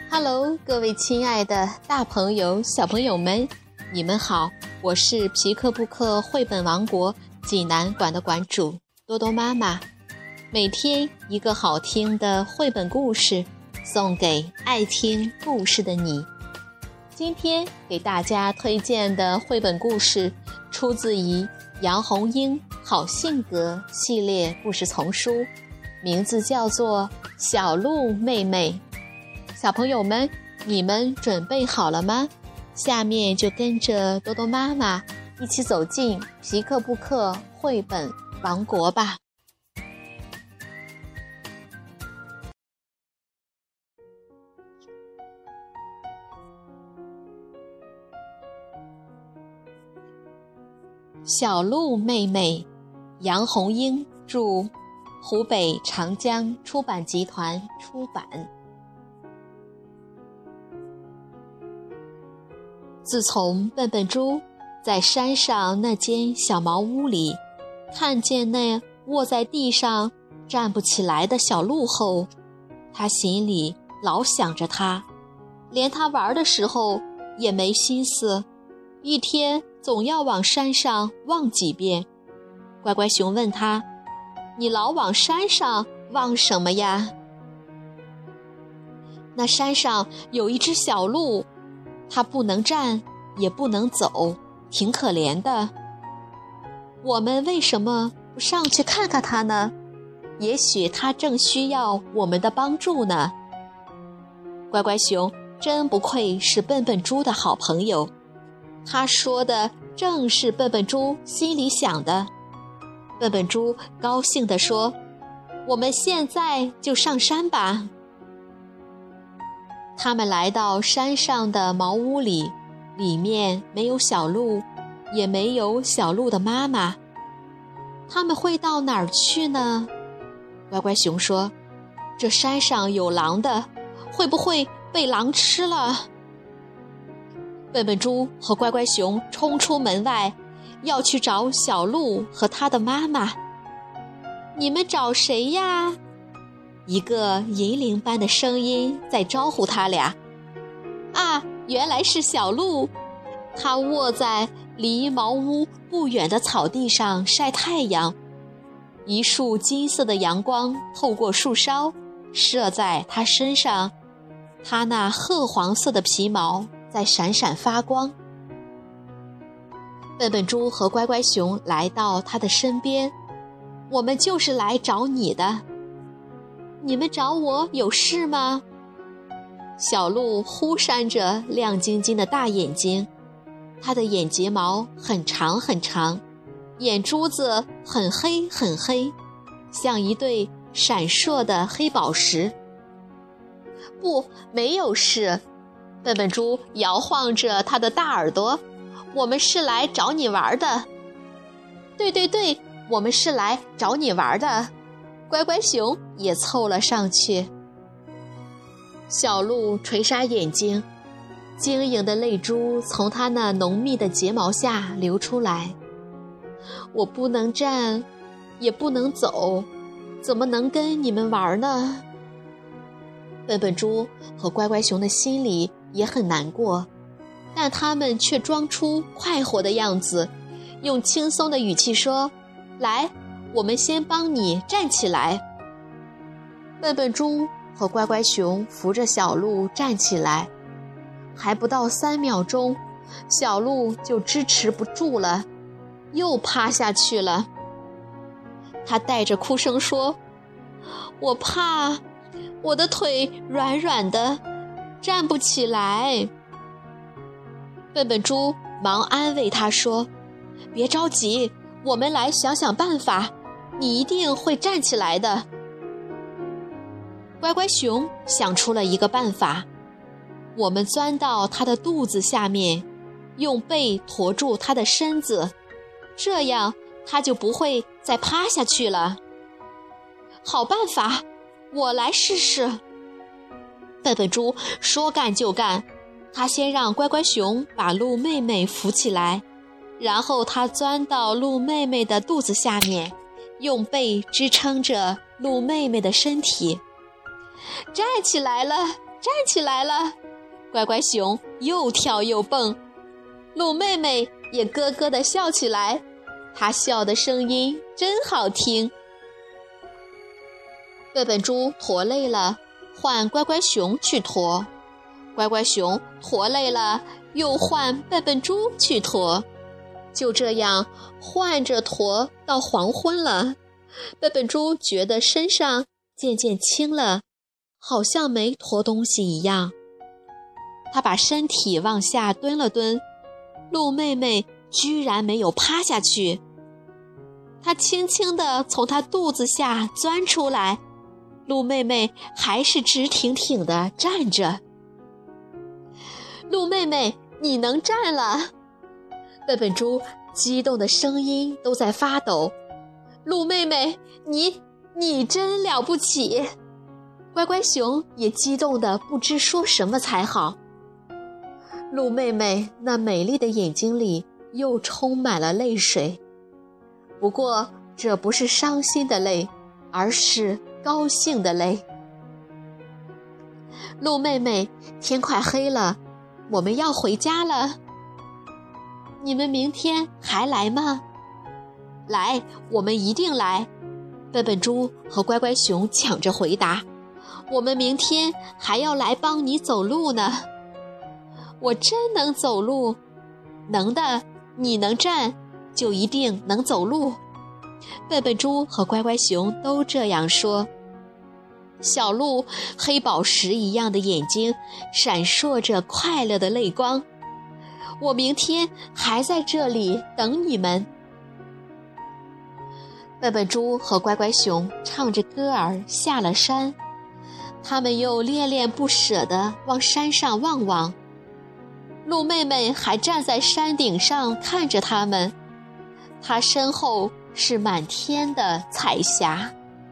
Hello， 各位亲爱的大朋友、小朋友们，你们好！我是皮克布克绘本王国济南馆的馆主多多妈妈。每天一个好听的绘本故事，送给爱听故事的你。今天给大家推荐的绘本故事，出自于杨红樱好性格系列故事丛书，名字叫做《小鹿妹妹》。小朋友们，你们准备好了吗？下面就跟着多多妈妈一起走进皮克布克绘本王国吧。小鹿妹妹，杨红樱著，湖北长江出版集团出版。自从笨笨猪在山上那间小茅屋里看见那卧在地上站不起来的小鹿后，他心里老想着他，连他玩的时候也没心思，一天总要往山上望几遍。乖乖熊问他：“你老往山上望什么呀？”那山上有一只小鹿，它不能站也不能走，挺可怜的。我们为什么不上去看看它呢？也许它正需要我们的帮助呢。乖乖熊真不愧是笨笨猪的好朋友，他说的正是笨笨猪心里想的。笨笨猪高兴地说：“我们现在就上山吧。”他们来到山上的茅屋里，里面没有小鹿，也没有小鹿的妈妈。他们会到哪儿去呢？乖乖熊说：“这山上有狼的，会不会被狼吃了？”笨笨猪和乖乖熊冲出门外，要去找小鹿和他的妈妈。“你们找谁呀？”一个银铃般的声音在招呼他俩。啊，原来是小鹿，它卧在离茅屋不远的草地上晒太阳。一束金色的阳光透过树梢射在它身上，它那褐黄色的皮毛在闪闪发光。笨笨猪和乖乖熊来到它的身边：“我们就是来找你的。”“你们找我有事吗？”小鹿忽闪着亮晶晶的大眼睛，它的眼睫毛很长很长，眼珠子很黑很黑，像一对闪烁的黑宝石。“不，没有事。”笨笨猪摇晃着它的大耳朵，“我们是来找你玩的。”“对，我们是来找你玩的。”乖乖熊也凑了上去。小鹿垂眨眼睛，晶莹的泪珠从它那浓密的睫毛下流出来。“我不能站，也不能走，怎么能跟你们玩呢？”笨笨猪和乖乖熊的心里也很难过，但他们却装出快活的样子，用轻松的语气说：“来，我们先帮你站起来。”笨笨猪和乖乖熊扶着小鹿站起来，还不到3秒钟，小鹿就支持不住了，又趴下去了。他带着哭声说：“我怕，我的腿软软的，站不起来。”笨笨猪忙安慰他说：“别着急，我们来想想办法，你一定会站起来的。”乖乖熊想出了一个办法：“我们钻到它的肚子下面，用背驮住它的身子，这样它就不会再趴下去了。”“好办法，我来试试。”笨笨猪说干就干，他先让乖乖熊把鹿妹妹扶起来，然后他钻到鹿妹妹的肚子下面，用背支撑着鹿妹妹的身体。“站起来了， 站起来了。乖乖熊又跳又蹦，鹿妹妹也咯咯地笑起来，她笑的声音真好听。笨笨猪驮累了，换乖乖熊去驮；乖乖熊驮累了，又换笨笨猪去驮。就这样换着驮到黄昏了，笨笨猪觉得身上渐渐轻了，好像没驮东西一样。他把身体往下蹲了蹲，鹿妹妹居然没有趴下去。她轻轻地从她肚子下钻出来，鹿妹妹还是直挺挺地站着。鹿妹妹，你能站了！笨笨猪激动的声音都在发抖。鹿妹妹，你真了不起！乖乖熊也激动得不知说什么才好。鹿妹妹那美丽的眼睛里又充满了泪水，不过这不是伤心的泪，而是高兴的泪。鹿妹妹，天快黑了，我们要回家了。你们明天还来吗？来，我们一定来。笨笨猪和乖乖熊抢着回答，我们明天还要来帮你走路呢。我真能走路，能的，你能站，就一定能走路。笨笨猪和乖乖熊都这样说。小鹿黑宝石一样的眼睛闪烁着快乐的泪光，我明天还在这里等你们。笨笨猪和乖乖熊唱着歌儿下了山，他们又恋恋不舍地往山上望望。鹿妹妹还站在山顶上看着他们，她身后是满天的彩霞。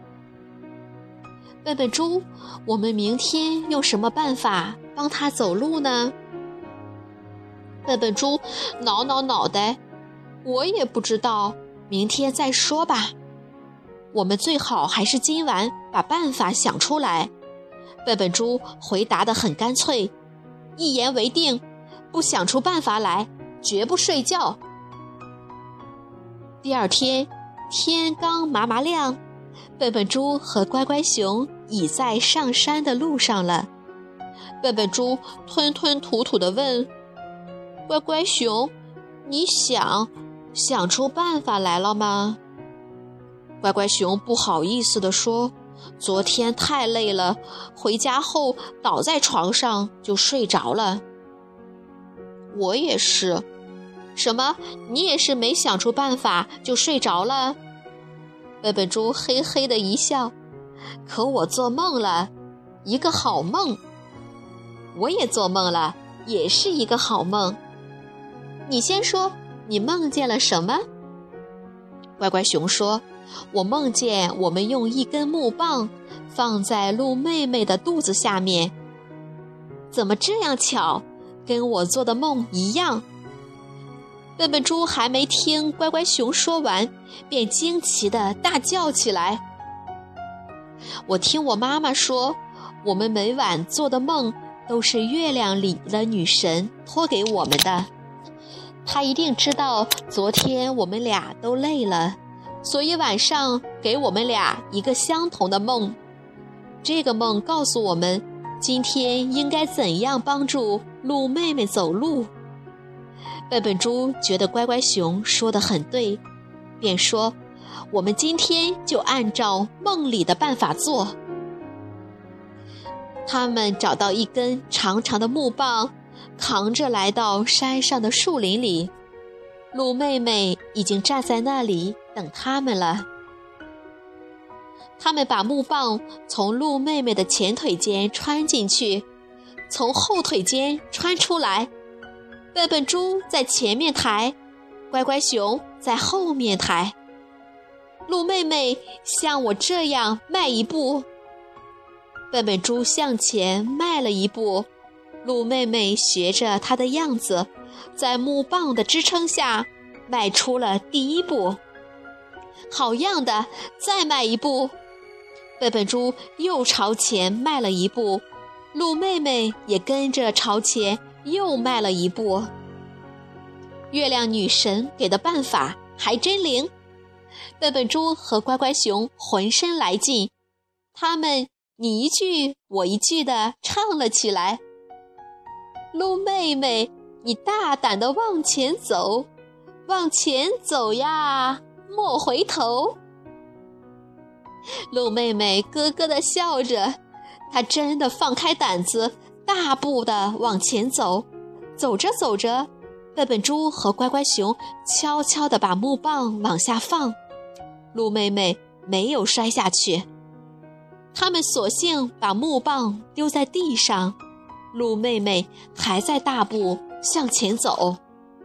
笨笨猪，我们明天用什么办法帮他走路呢？笨笨猪挠挠脑袋，我也不知道，明天再说吧。我们最好还是今晚把办法想出来。笨笨猪回答得很干脆，一言为定，不想出办法来，绝不睡觉。第二天，天刚麻麻亮，笨笨猪和乖乖熊已在上山的路上了。笨笨猪吞吞吐吐地问，乖乖熊，你想出办法来了吗？乖乖熊不好意思地说，昨天太累了，回家后倒在床上就睡着了。我也是。什么？你也是没想出办法就睡着了？笨笨猪嘿嘿的一笑，可我做梦了，一个好梦。我也做梦了，也是一个好梦。你先说，你梦见了什么？乖乖熊说，我梦见我们用一根木棒放在鹿妹妹的肚子下面。怎么这样巧，跟我做的梦一样。笨笨猪还没听乖乖熊说完，便惊奇地大叫起来。我听我妈妈说，我们每晚做的梦都是月亮里的女神托给我们的。她一定知道昨天我们俩都累了，所以晚上给我们俩一个相同的梦。这个梦告诉我们，今天应该怎样帮助鹿妹妹走路。笨笨猪觉得乖乖熊说得很对，便说，我们今天就按照梦里的办法做。他们找到一根长长的木棒，扛着来到山上的树林里。鹿妹妹已经站在那里等他们了。他们把木棒从鹿妹妹的前腿间穿进去，从后腿间穿出来。笨笨猪在前面抬，乖乖熊在后面抬。鹿妹妹像我这样迈一步，笨笨猪向前迈了一步，鹿妹妹学着她的样子，在木棒的支撑下迈出了第一步。好样的，再迈一步。笨笨猪又朝前迈了一步， 鹿妹妹也跟着朝前又迈了一步。月亮女神给的办法还真灵，笨笨猪和乖乖熊浑身来劲，他们你一句我一句地唱了起来。鹿妹妹，你大胆地往前走，往前走呀，莫回头。鹿妹妹咯咯地笑着，她真的放开胆子，大步地往前走。走着走着，笨笨猪和乖乖熊悄悄地把木棒往下放，鹿妹妹没有摔下去。他们索性把木棒丢在地上，鹿妹妹还在大步向前走。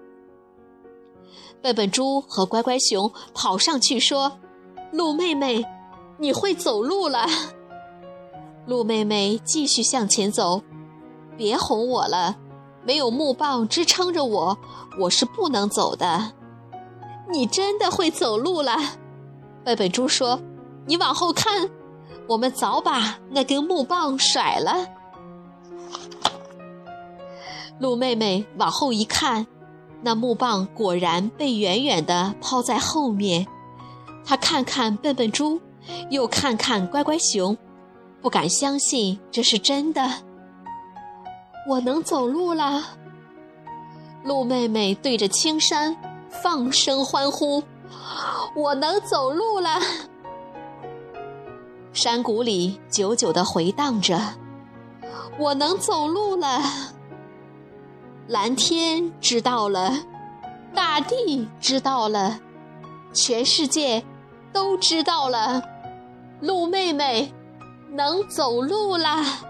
笨笨猪和乖乖熊跑上去说：鹿妹妹，你会走路了。鹿妹妹继续向前走，别哄我了，没有木棒支撑着我，我是不能走的。你真的会走路了。笨笨猪说：你往后看，我们早把那根木棒甩了。鹿妹妹往后一看，那木棒果然被远远地抛在后面。她看看笨笨猪，又看看乖乖熊，不敢相信这是真的。我能走路了。鹿妹妹对着青山放声欢呼：我能走路了。山谷里久久地回荡着：我能走路了。蓝天知道了，大地知道了，全世界都知道了，鹿妹妹能走路啦。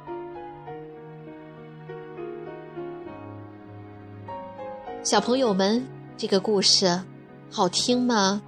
小朋友们，这个故事好听吗？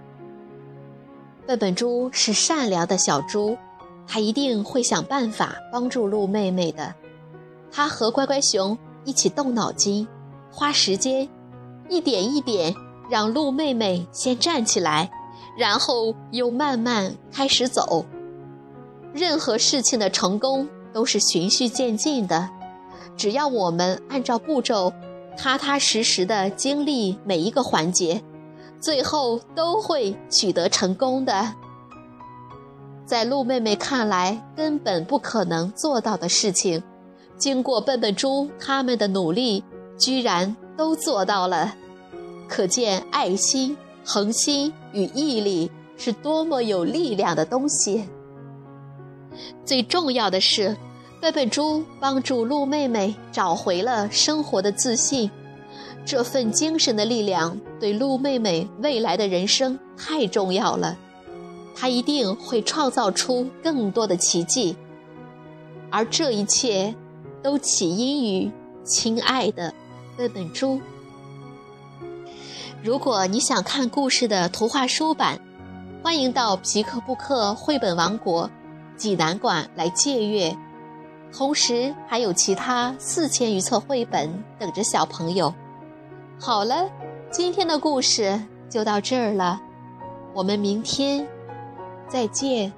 笨笨猪是善良的小猪，它一定会想办法帮助鹿妹妹的。它和乖乖熊一起动脑筋，花时间，一点一点让鹿妹妹先站起来，然后又慢慢开始走。任何事情的成功都是循序渐进的，只要我们按照步骤踏踏实实地经历每一个环节，最后都会取得成功的。在鹿妹妹看来根本不可能做到的事情，经过笨笨猪他们的努力，居然都做到了。可见爱心、恒心与毅力是多么有力量的东西。最重要的是，笨笨猪帮助鹿妹妹找回了生活的自信，这份精神的力量对鹿妹妹未来的人生太重要了，她一定会创造出更多的奇迹。而这一切都起因于亲爱的笨笨猪。如果你想看故事的图画书版，欢迎到皮克布克绘本王国济南馆来借阅，同时还有其他4000余册绘本等着小朋友。好了，今天的故事就到这儿了，我们明天再见。